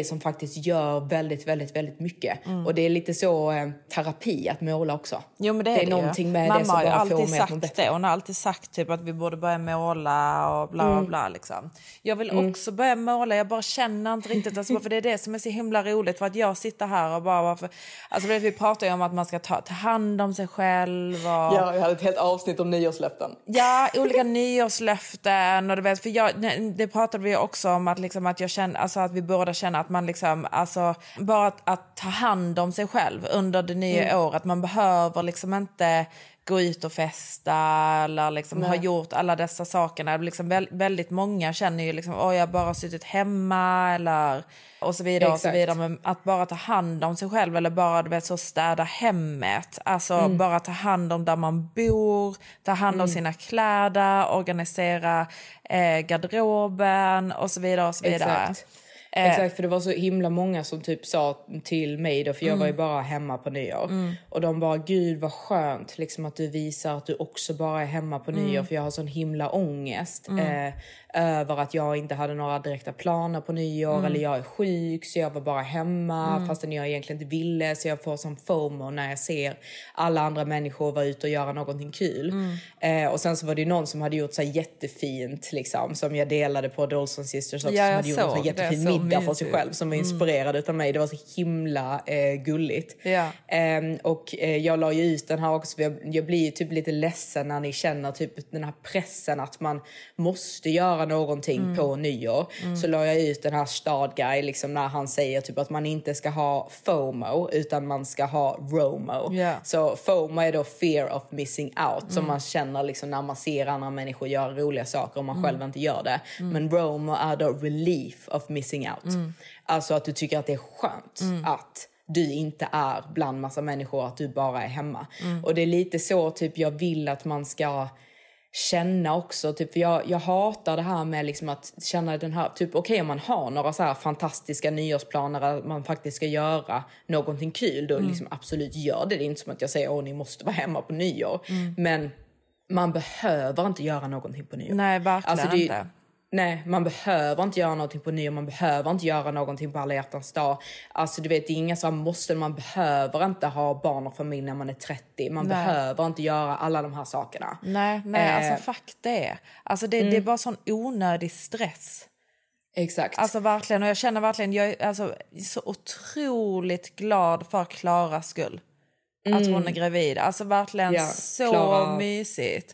som faktiskt gör väldigt, väldigt, väldigt mycket. Mm. Och det är lite så eh, terapi att måla också. Jo, men det är, det är det någonting ju. med Mamma det som har ju bara alltid får mig att må sagt bättre. det. Hon har alltid sagt typ att vi borde börja måla och bla bla bla liksom. Jag vill mm. också börja måla. Jag bara känner inte riktigt alltså, för det är det som är så himla roligt för att jag sitter här och bara för, alltså vi pratar ju om att man ska ta, ta hand om sig själv och, ja, jag hade ett helt avsnitt om nyårslöften. Ja, olika nyårslöften och du vet för jag det pratade vi också om att liksom att jag känner alltså att vi båda känner att man liksom alltså bara att, att ta hand om sig själv under det nya mm. året. Man behöver liksom inte gå ut och festa eller liksom ha gjort alla dessa sakerna. Liksom vä- väldigt många känner ju liksom åh jag har bara suttit hemma eller och så vidare och så vidare. Men att bara ta hand om sig själv eller bara du vet så städa hemmet. Alltså mm. bara ta hand om där man bor, ta hand om mm. sina kläder, organisera eh, garderoben och så vidare och så vidare. Exakt. Exakt, för det var så himla många som typ sa till mig då, för jag mm. var ju bara hemma på nyår. Mm. Och de bara, gud vad skönt liksom att du visar att du också bara är hemma på nyår. Mm. För jag har sån himla ångest mm. eh, över att jag inte hade några direkta planer på nyår. Mm. Eller jag är sjuk så jag var bara hemma mm. fastän jag egentligen inte ville. Så jag får sån FOMO när jag ser alla andra människor vara ute och göra någonting kul. Mm. Eh, och sen så var det ju någon som hade gjort så här jättefint liksom, som jag delade på Dolson Sisters också, ja, som hade gjort så jättefin middag för sig själv som var inspirerad mm. utav mig. Det var så himla eh, gulligt. Ja. Eh, och eh, jag la ju ut den här också för jag, jag blir ju typ lite ledsen när ni känner typ den här pressen att man måste göra någonting mm. på nyår. Mm. Så la jag ut den här stadguy liksom när han säger typ att man inte ska ha FOMO utan man ska ha ROMO. Yeah. Så FOMO är då fear of missing out mm. som man känner liksom när man ser andra människor göra roliga saker och man mm. själv inte gör det. Mm. Men ROMO är då relief of missing out. Mm. Alltså att du tycker att det är skönt mm. att du inte är bland massa människor, att du bara är hemma. Mm. Och det är lite så typ jag vill att man ska känna också, typ för jag, jag hatar det här med liksom att känna den här, typ okej okay, om man har några så här fantastiska nyårsplaner att man faktiskt ska göra någonting kul, då mm. liksom absolut gör det. Det är inte som att jag säger, åh ni måste vara hemma på nyår. Mm. Men man behöver inte göra någonting på nyår. Nej, verkligen alltså, det, inte. Nej, man behöver inte göra någonting på nyår. Man behöver inte göra någonting på alla hjärtans dag. Alltså du vet, det är inga så måste. Man behöver inte ha barn och familj när man är trettio. Man nej. behöver inte göra alla de här sakerna. Nej, nej eh. alltså fuck det. Alltså det, mm. det är bara sån onödig stress. Exakt. Alltså verkligen, och jag känner verkligen, jag är alltså, så otroligt glad för Klaras skull. Mm. Att hon är gravid. Alltså verkligen ja, så Clara mysigt.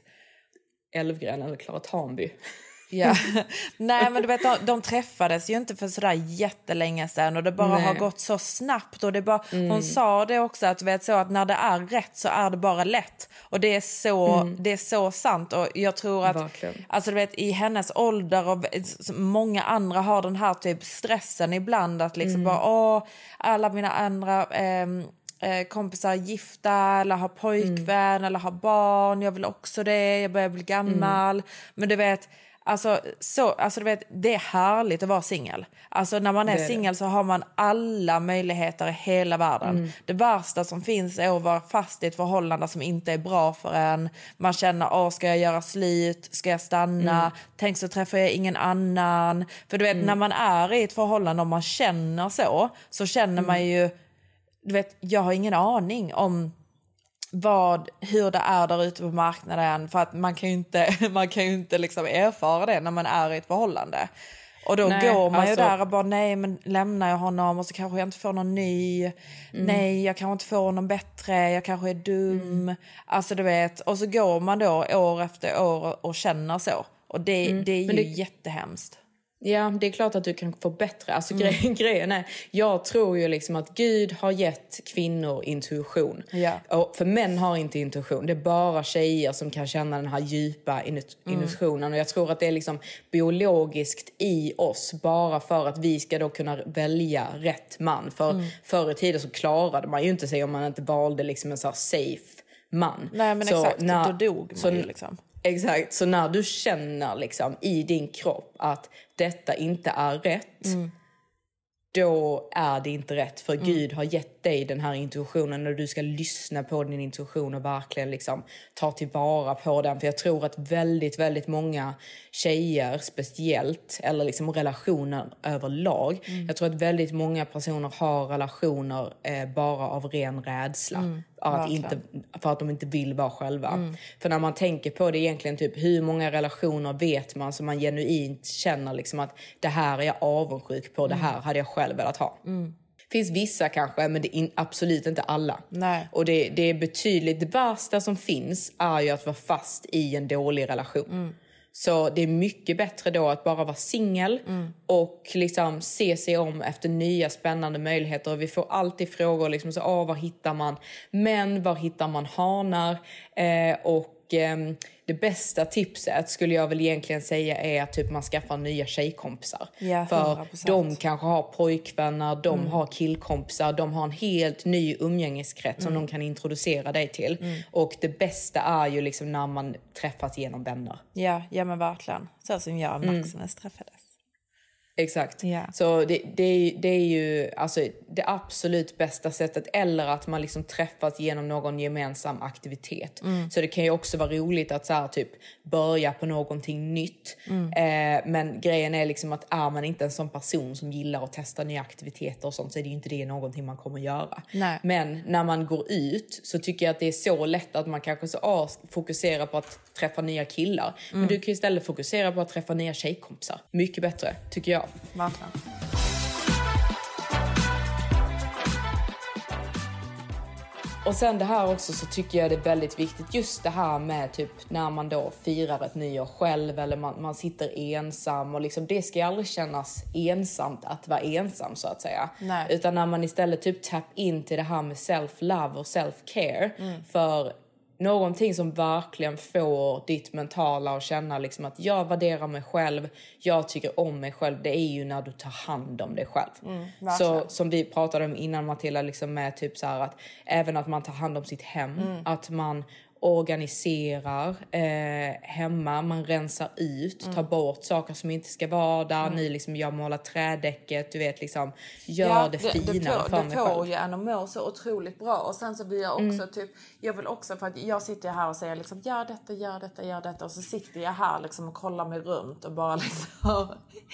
Elfgren eller Klara Tanby. Ja. Nej men du vet de, de träffades ju inte för sådär jättelänge sedan och det bara Nej. har gått så snabbt och det bara mm. hon sa det också att du vet så att när det är rätt så är det bara lätt och det är så mm. det är så sant och jag tror att Verkligen. alltså du vet i hennes ålder och många andra har den här typ stressen ibland att liksom mm. bara åh alla mina andra ehm, kompisar gifta eller har pojkvän mm. eller har barn, jag vill också det, jag börjar bli gammal mm. men du vet Alltså, så, alltså du vet, det är härligt att vara singel. Alltså när man är singel så har man alla möjligheter i hela världen. Mm. Det värsta som finns är att vara fast i ett förhållande som inte är bra för en. Man känner, åh ska jag göra slut? Ska jag stanna? Mm. Tänk så träffar jag ingen annan. För du vet, mm. när man är i ett förhållande och man känner så, så känner mm. man ju, du vet, jag har ingen aning om vad, hur det är där ute på marknaden för att man kan ju inte, man kan ju inte liksom erfara det när man är i ett förhållande. Och då nej, går man alltså, ju där och bara nej men lämnar jag honom och så kanske jag inte får någon ny. Mm. Nej jag kanske inte får någon bättre, jag kanske är dum. Mm. Alltså du vet, och så går man då år efter år och, och känner så. Och det, mm. det är ju det... jättehemskt. Ja, det är klart att du kan få bättre. Alltså mm. gre- grejen är, jag tror ju liksom att Gud har gett kvinnor intuition. Ja. Och för män har inte intuition. Det är bara tjejer som kan känna den här djupa inut- mm. intuitionen. Och jag tror att det är liksom biologiskt i oss. Bara för att vi ska då kunna välja rätt man. För mm. förr i tiden så klarade man ju inte sig om man inte valde liksom en så här safe man. Nej men så exakt, när, då dog man så, ju liksom. Exakt, så när du känner liksom i din kropp att detta inte är rätt, mm. då är det inte rätt. För mm. Gud har gett dig den här intuitionen och du ska lyssna på din intuition och verkligen liksom ta tillvara på den. För jag tror att väldigt, väldigt många tjejer speciellt, eller liksom relationer överlag. Mm. Jag tror att väldigt många personer har relationer eh, bara av ren rädsla. Mm. Att inte, för att de inte vill vara själva. Mm. För när man tänker på det egentligen, typ hur många relationer vet man som man genuint känner liksom att det här är jag avundsjuk på, mm. det här hade jag själv velat ha. Mm. Det finns vissa kanske, men det är absolut inte alla. Nej. Och det, det är betydligt, det värsta som finns är ju att vara fast i en dålig relation. Mm. Så det är mycket bättre då att bara vara singel mm. och liksom se sig om efter nya spännande möjligheter. Och vi får alltid frågor liksom så, ah, var hittar man män, var hittar man hanar? Eh, och eh, det bästa tipset skulle jag väl egentligen säga är att typ man skaffar nya tjejkompisar. Ja, för de kanske har pojkvänner, de mm. har killkompisar, de har en helt ny umgängeskrets mm. som de kan introducera dig till. Mm. Och det bästa är ju liksom när man träffas genom vänner. Ja, ja men verkligen. Så som jag och Maximus mm. träffades. Exakt. Yeah. Så det, det, det är ju alltså, det absolut bästa sättet. Eller att man liksom träffas genom någon gemensam aktivitet. Mm. Så det kan ju också vara roligt att så här, typ, börja på någonting nytt. Mm. Eh, men grejen är liksom att är man inte en sån person som gillar att testa nya aktiviteter och sånt, så är det ju inte det någonting man kommer göra. Nej. Men när man går ut så tycker jag att det är så lätt att man kanske så, ah, fokuserar på att träffa nya killar. Mm. Men du kan ju istället fokusera på att träffa nya tjejkompisar. Mycket bättre, tycker jag. Verkligen. Och sen det här också, så tycker jag det är väldigt viktigt. Just det här med typ när man då firar ett nyår själv. Eller man, man sitter ensam. Och liksom, det ska aldrig kännas ensamt att vara ensam så att säga. Nej. Utan när man istället typ tapp in till det här med self-love och self-care. Mm. För någonting som verkligen får ditt mentala att känna liksom att jag värderar mig själv, jag tycker om mig själv, det är ju när du tar hand om dig själv. Mm, så som vi pratade om innan, Matilda, liksom med typ så här att även att man tar hand om sitt hem, mm. att man organiserar eh, hemma, man rensar ut, mm. tar bort saker som inte ska vara där. Mm. Ni liksom, jag målar trädäcket, du vet liksom, gör ja, det, det finare för mig själv. Det får ju en att må så otroligt bra. Och sen så vill jag också mm. typ, jag vill också, för att jag sitter här och säger liksom, gör detta, gör detta, gör detta. Och så sitter jag här liksom och kollar mig runt och bara liksom,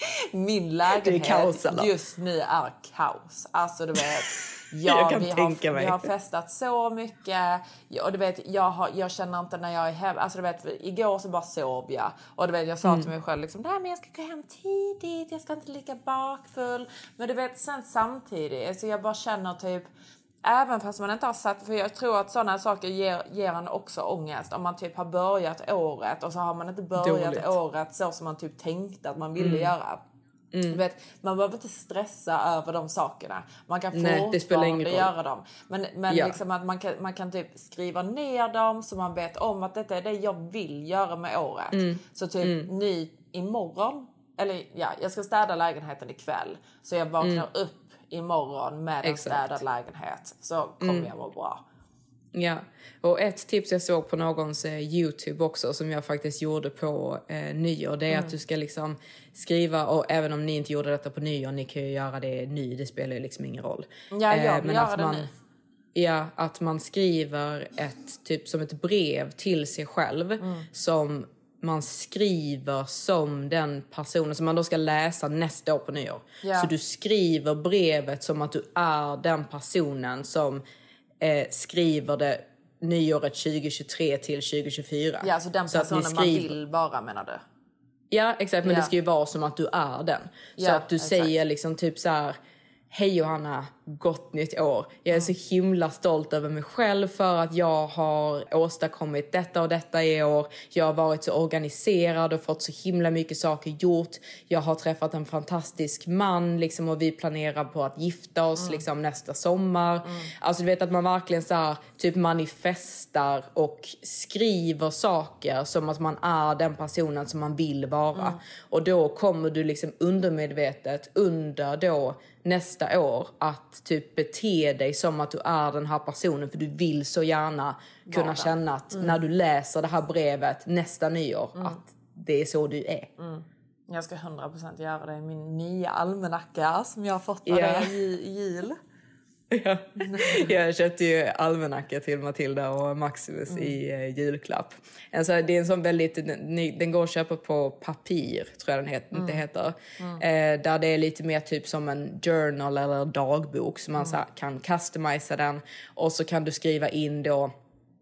min lägenhet kaos, just nu är kaos. Alltså du vet, ja, jag kan vi, tänka har, mig. vi har festat så mycket. Och du vet, jag, har, jag känner inte när jag är hemma. Alltså du vet, igår så bara sov jag. Och du vet, jag sa mm. till mig själv liksom, nej men jag ska gå hem tidigt. Jag ska inte lika bakfull. Men du vet, sen samtidigt. Så jag bara känner typ, även fast man inte har satt, för jag tror att sådana saker ger, ger en också ångest. Om man typ har börjat året och så har man inte börjat Dåligt. året så som man typ tänkte att man ville mm. göra. Mm. Vet, man behöver inte stressa över de sakerna. Man kan fortfarande göra dem. Men, men ja. liksom att man kan, man kan typ skriva ner dem så man vet om att detta är det jag vill göra med året. Mm. Så typ mm. nu imorgon, eller ja, jag ska städa lägenheten ikväll. Så jag vaknar mm. upp imorgon med en städad lägenhet. Så kommer mm. jag vara bra. Ja, och ett tips jag såg på någons eh, YouTube också som jag faktiskt gjorde på eh, nyår, det är mm. att du ska liksom skriva, och även om ni inte gjorde detta på nyår, ni kan ju göra det nu, det spelar ju liksom ingen roll. Ja, jag eh, men att det man, nu. Ja, att man skriver ett typ som ett brev till sig själv mm. som man skriver som den personen som man då ska läsa nästa år på nyår. Ja. Så du skriver brevet som att du är den personen som Eh, skriver det nyåret tjugo tjugotre till tjugo tjugofyra. Ja, alltså den personen skriver, man vill vara, menar du? Ja, exakt. Men ja. det ska ju vara som att du är den. Så ja, att du exakt. säger liksom typ så här: hej Johanna, gott nytt år. Jag är mm. så himla stolt över mig själv för att jag har åstadkommit detta och detta i år. Jag har varit så organiserad och fått så himla mycket saker gjort. Jag har träffat en fantastisk man liksom, och vi planerar på att gifta oss mm. liksom, nästa sommar. Mm. Alltså du vet att man verkligen så här, typ manifestar och skriver saker som att man är den personen som man vill vara. Mm. Och då kommer du liksom undermedvetet under då nästa år att typ bete dig som att du är den här personen, för du vill så gärna kunna Vara. känna att mm. när du läser det här brevet nästa nyår mm. att det är så du är. Mm. Jag ska hundra procent göra det i min nya almanacka som jag har fått av Ja. dig i jul. Ja. Jag köpte ju almanacka till Matilda och Maximus mm. i eh, julklapp. Alltså, det är en sån väldigt, den, den går att köpa på papper, tror jag den het, mm. det heter. Mm. Eh, där det är lite mer typ som en journal eller dagbok. Så man mm. så här, kan customisa den. Och så kan du skriva in då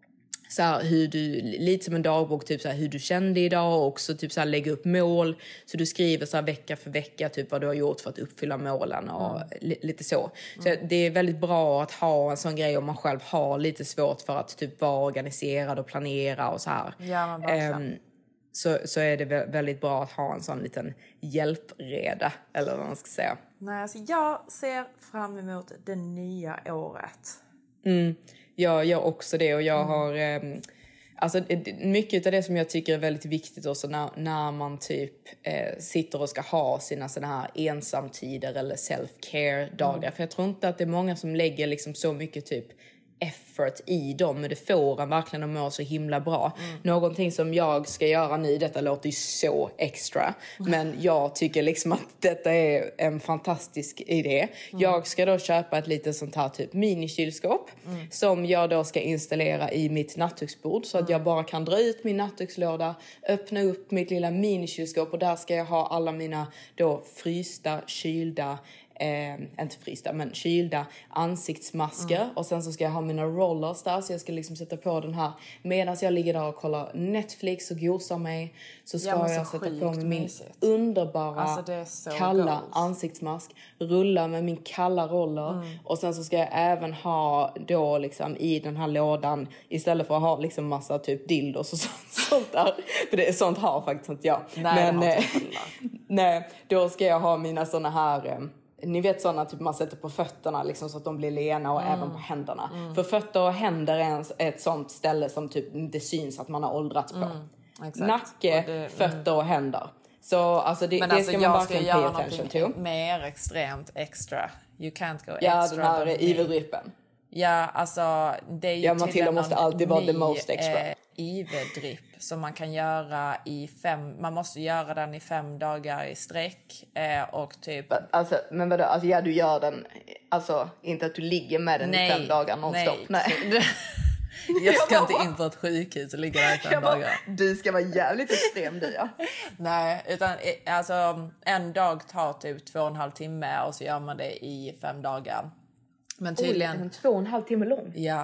så här, hur du, lite som en dagbok, typ så här, hur du kände idag, och också typ så här, lägga upp mål. Så du skriver så här, vecka för vecka typ vad du har gjort för att uppfylla målen och mm. li, lite så. Så mm. det är väldigt bra att ha en sån grej om man själv har lite svårt för att typ vara organiserad och planera och så här. Ja, men um, så, så är det väldigt bra att ha en sån liten hjälpreda, eller vad man ska säga. Nej, alltså jag ser fram emot det nya året. Mm. Jag gör också det, och jag har eh, alltså mycket av det som jag tycker är väldigt viktigt också när, när man typ eh, sitter och ska ha sina såna här ensamtider eller self-care dagar. Mm. För jag tror inte att det är många som lägger liksom så mycket typ effort i dem, men det får en verkligen att må så himla bra. Mm. Någonting som jag ska göra nu, detta låter ju så extra, mm. men jag tycker liksom att detta är en fantastisk idé. Mm. Jag ska då köpa ett litet sånt här typ minikylskåp mm. som jag då ska installera i mitt nattduksbord, så att mm. jag bara kan dra ut min nattdukslåda, öppna upp mitt lilla minikylskåp, och där ska jag ha alla mina då frysta, kylda, Eh, inte frysta men kylda ansiktsmasker mm. och sen så ska jag ha mina rollers där, så jag ska liksom sätta på den här medan jag ligger där och kollar Netflix och gosar mig, så ska ja, jag sätta på mig min mysigt. underbara alltså, kalla goals. ansiktsmask, rulla med min kalla roller mm. och sen så ska jag även ha då liksom i den här lådan, istället för att ha liksom massa typ dildos och sånt, sånt där, för det är sånt har faktiskt inte jag. Nej, men eh, nej, då ska jag ha mina såna här eh, ni vet sådana typ man sätter på fötterna liksom, så att de blir lena, och mm. även på händerna. Mm. För fötter och händer är en, ett sånt ställe som typ det syns att man har åldrats på. Mm. Exakt. Nacke, och det, fötter och händer. Så alltså det, det alltså, ska man verkligen pay attention till. Mer extremt extra. You can't go ja, extra. Ja, den här ivedrippen. Ja, alltså det är ju ja, Matilda måste alltid vara the most extra. Eh, ivedripp som man kan göra i fem, man måste göra den i fem dagar i sträck eh, och typ but, alltså, men vadå, alltså ja, du gör den, alltså inte att du ligger med den nej, i fem dagar nonstop. Nej, nej. Jag ska inte in på ett sjukhus och ligga där i fem bara, dagar. Du ska vara jävligt extrem du, ja. Nej, utan alltså en dag tar typ två och en halv timme och så gör man det i fem dagar. Men tydligen... Oj, en två och en halv timme lång? Ja.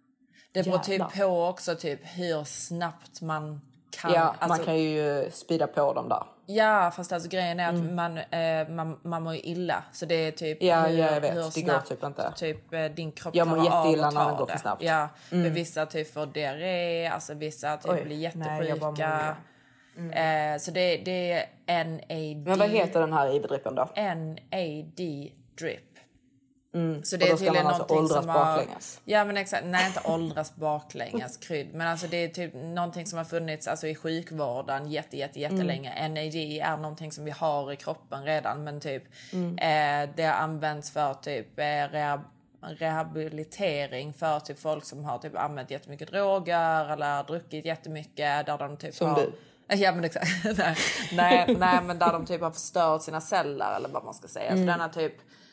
Det beror typ på också typ hur snabbt man kan... Ja, alltså, man kan ju speeda på dem där. Ja, fast alltså grejen är att mm. man, eh, man, man mår ju illa. Så det är typ ja, hur, ja, jag vet. hur det snabbt går typ inte. Typ, eh, din kropp jag mår jätteilla när det går för snabbt. Ja, mm. för vissa typ får diarré, alltså vissa typ Oj, blir jättesjuka. Nej, mm. eh, så det, det är N A D. Men vad heter den här ivedrippen då? N A D drip. Mm. Så det är tydligen alltså någonting åldras som har... baklänges. Ja, men exakt. Nej, inte åldras baklänges krydd. Men alltså det är typ någonting som har funnits alltså, i sjukvården jätte, jätte, jättelänge. Mm. N A D är någonting som vi har i kroppen redan. Men typ mm. eh, det har använts för typ eh, rehab- rehabilitering för typ folk som har typ använt jättemycket droger eller druckit jättemycket. Där de typ som har... du. Ja, men exakt. nej, nej, nej, men där de typ har förstört sina celler eller vad man ska säga. Mm. Så den har typ...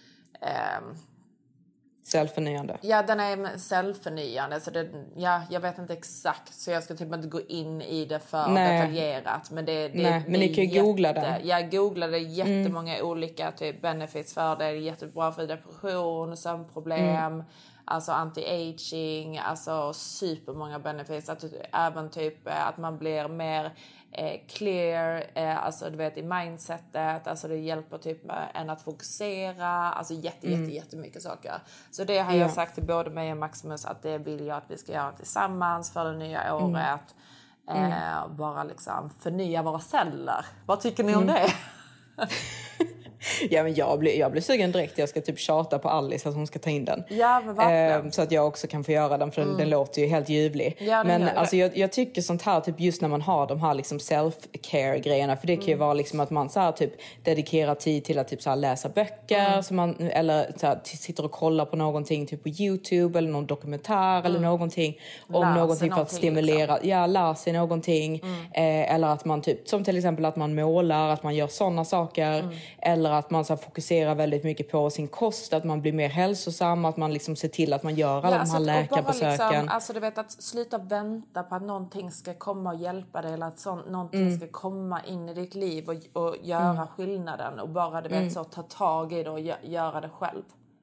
Eh, Cellförnyande. Ja, den är cellförnyande. Så det, ja, jag vet inte exakt. Så jag ska typ inte gå in i det för Nej. detaljerat. Men, det, det, Nej, det men ni kan ju jätte, googla den. Jag googlade jättemånga mm. olika typ benefits för det. Det är jättebra för depression, sömnproblem. Mm. Alltså anti-aging. Alltså supermånga benefits. Att, även typ att man blir mer... Eh, clear, eh, alltså du vet i mindsetet, alltså det hjälper typ en att fokusera, alltså jätte, mm. jätte, jättemycket saker. Så det har jag ja. sagt till både mig och Maximus att det vill jag att vi ska göra tillsammans för det nya året. Mm. Eh, mm. Bara liksom förnya våra celler. Vad tycker ni om mm. det? Ja, men jag blir, jag blir sugen direkt. Jag ska typ tjata på Alice att hon ska ta in den. Ja, men verkligen. Eh, så att jag också kan få göra den, för mm. den, den låter ju helt ljuvlig. Ja, men gör alltså, jag, jag tycker sånt här, typ just när man har de här liksom self-care-grejerna. För det kan ju Mm. vara liksom att man så här, typ dedikerar tid till att typ så här läsa böcker. Mm. Så man, eller så här, t- sitter och kollar på någonting typ på YouTube eller någon dokumentär Mm. eller någonting. Om Lär sig någonting för att någonting, stimulera, liksom. ja, lär sig någonting. Mm. Eh, eller att man typ, som till exempel att man målar, att man gör sådana saker. Mm. Eller att man så här, fokuserar väldigt mycket på sin kost, att man blir mer hälsosam, att man liksom ser till att man gör alla Ja, de här alltså, och läkarbesöken. Liksom, alltså du vet, att sluta vänta på att någonting ska komma och hjälpa dig, eller att sån, någonting Mm. ska komma in i ditt liv och, och göra Mm. skillnaden, och bara du vet, Mm. så ta tag i det och gö- göra det själv.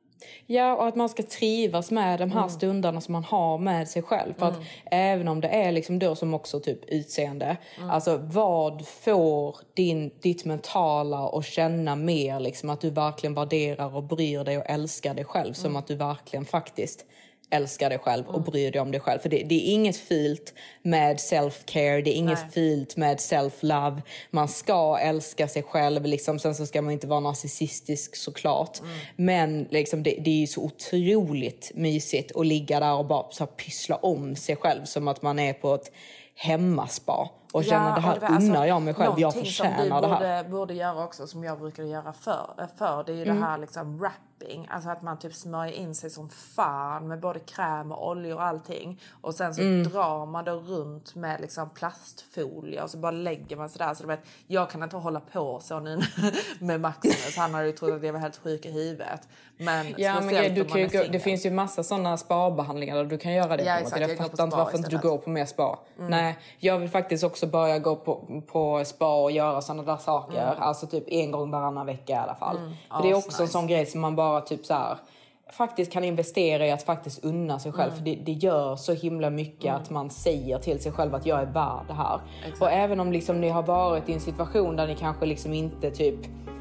Ja, och att man ska trivas med de här Mm. stunderna som man har med sig själv. För Mm. att även om det är liksom då som också typ utseende. Mm. Alltså vad får din, ditt mentala att känna mer liksom att du verkligen värderar och bryr dig och älskar dig själv. Som Mm. att du verkligen faktiskt älskar dig själv och bryr dig om dig själv. För det, det är inget fult med self-care, det är inget Nej. fult med self-love. Man ska älska sig själv, liksom. Sen så ska man inte vara narcissistisk såklart. Mm. Men liksom, det, det är ju så otroligt mysigt att ligga där och bara så här, pyssla om sig själv som att man är på ett hemmaspa. Och känna Ja, det här och det var- unnar alltså, jag mig själv, jag någonting förtjänar som det du här. borde, borde göra också, som jag brukar göra för, för det är ju Mm. det här liksom wrapping. Alltså att man typ smörjer in sig som fan med både kräm och olja och allting. Och sen så Mm. drar man det runt med liksom plastfolie och så bara lägger man sådär. Så du vet, jag kan inte hålla på så nu med Maximus. Han hade ju trott att jag var helt sjuk i huvudet. Men Ja, men speciellt du om kan man ju är gå, singel. det finns ju massa sådana spa-behandlingar där du kan göra det. Ja, på. exakt, Jag jag går på fattar inte spa varför inte du istället. går på mer spa. Mm. Nej, jag vill faktiskt också börja gå på, på spa och göra sådana där saker. Mm. Alltså typ en gång varannan vecka i alla fall. Mm. För det är Ja, också nice. en sån grej som man bara typ så här faktiskt kan investera i, att faktiskt unna sig själv. Mm. För det, det gör så himla mycket Mm. att man säger till sig själv att jag är värd det här. Exakt. Och även om liksom ni har varit i en situation där ni kanske liksom inte typ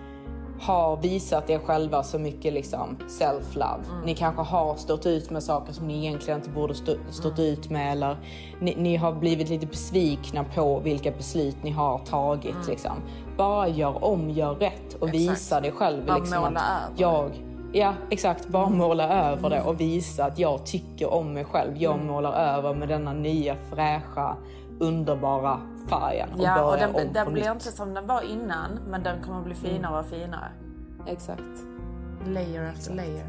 har visat er själva så mycket liksom self-love. Mm. Ni kanske har stått ut med saker som ni egentligen inte borde stå, stått Mm. ut med. Eller ni, ni har blivit lite besvikna på vilka beslut ni har tagit. Mm. Liksom. Bara gör om, gör rätt och Exakt. visa dig själv. Bara Liksom, måla att över jag, ja, exakt. Bara måla över det Mm. och visa att jag tycker om mig själv. Jag Mm. målar över med denna nya, fräscha, underbara färgen. Och Ja, och börjar den, om på den blir nytt. inte som den var innan, men den kommer bli finare och finare. Exakt. Layer efter layer.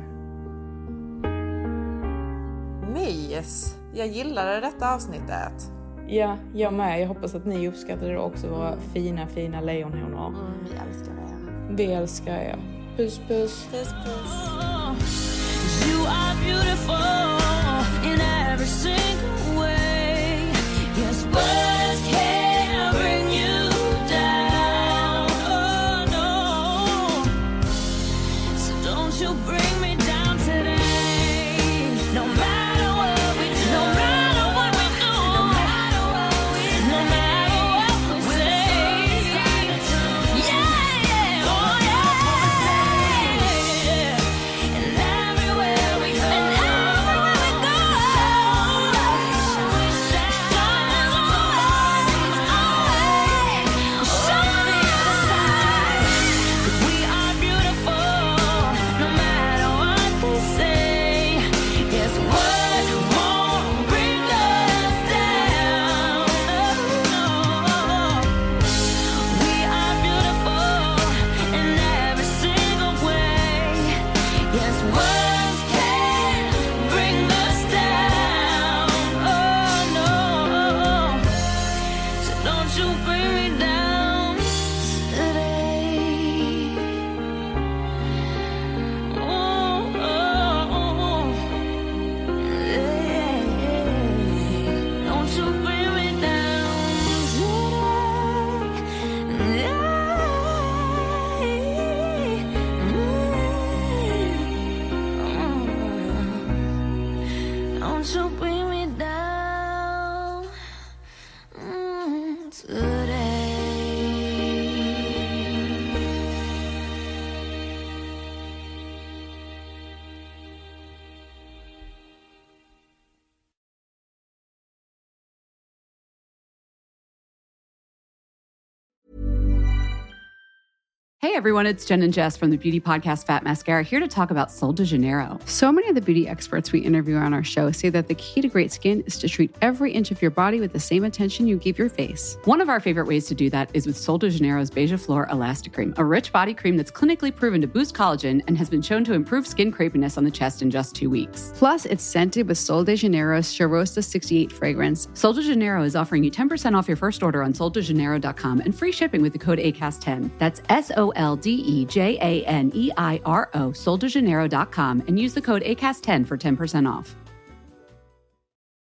Mys! Jag gillade detta avsnittet. Ja, jag med. Jag hoppas att ni uppskattade det också, våra fina, fina lejonhonor. Mm, vi älskar er. Vi älskar er. Puss, puss. Puss, puss. You are beautiful in every single way. Yes, words can't bring you down. Oh no. So don't you bring me down today. No matter what we do. No matter what we do. No matter what we say. No matter what we say. Yeah, yeah, oh yeah. And everywhere we go. And everywhere we go. Sun is always always shine the other side. 'Cause we are beautiful, no matter what they say. Yes, words won't bring us down. We are beautiful in every single way. Yes, words can't bring us down. Oh no. So don't you bring me down today. Oh, oh, oh. Yeah, yeah. Don't you bring me down today. Don't you bring me down mm, today. Hey everyone, it's Jen and Jess from the beauty podcast Fat Mascara here to talk about Sol de Janeiro. So many of the beauty experts we interview on our show say that the key to great skin is to treat every inch of your body with the same attention you give your face. One of our favorite ways to do that is with Sol de Janeiro's Beija Flor Elastic Cream, a rich body cream that's clinically proven to boost collagen and has been shown to improve skin crepiness on the chest in just two weeks. Plus, it's scented with Sol de Janeiro's Charosta sixty-eight fragrance. Sol de Janeiro is offering you ten percent off your first order on sol de janeiro dot com and free shipping with the code A C A S T ten. That's S O L D E J A N E I R O, sol de janeiro dot com, and use the code A C A S T ten for ten percent off.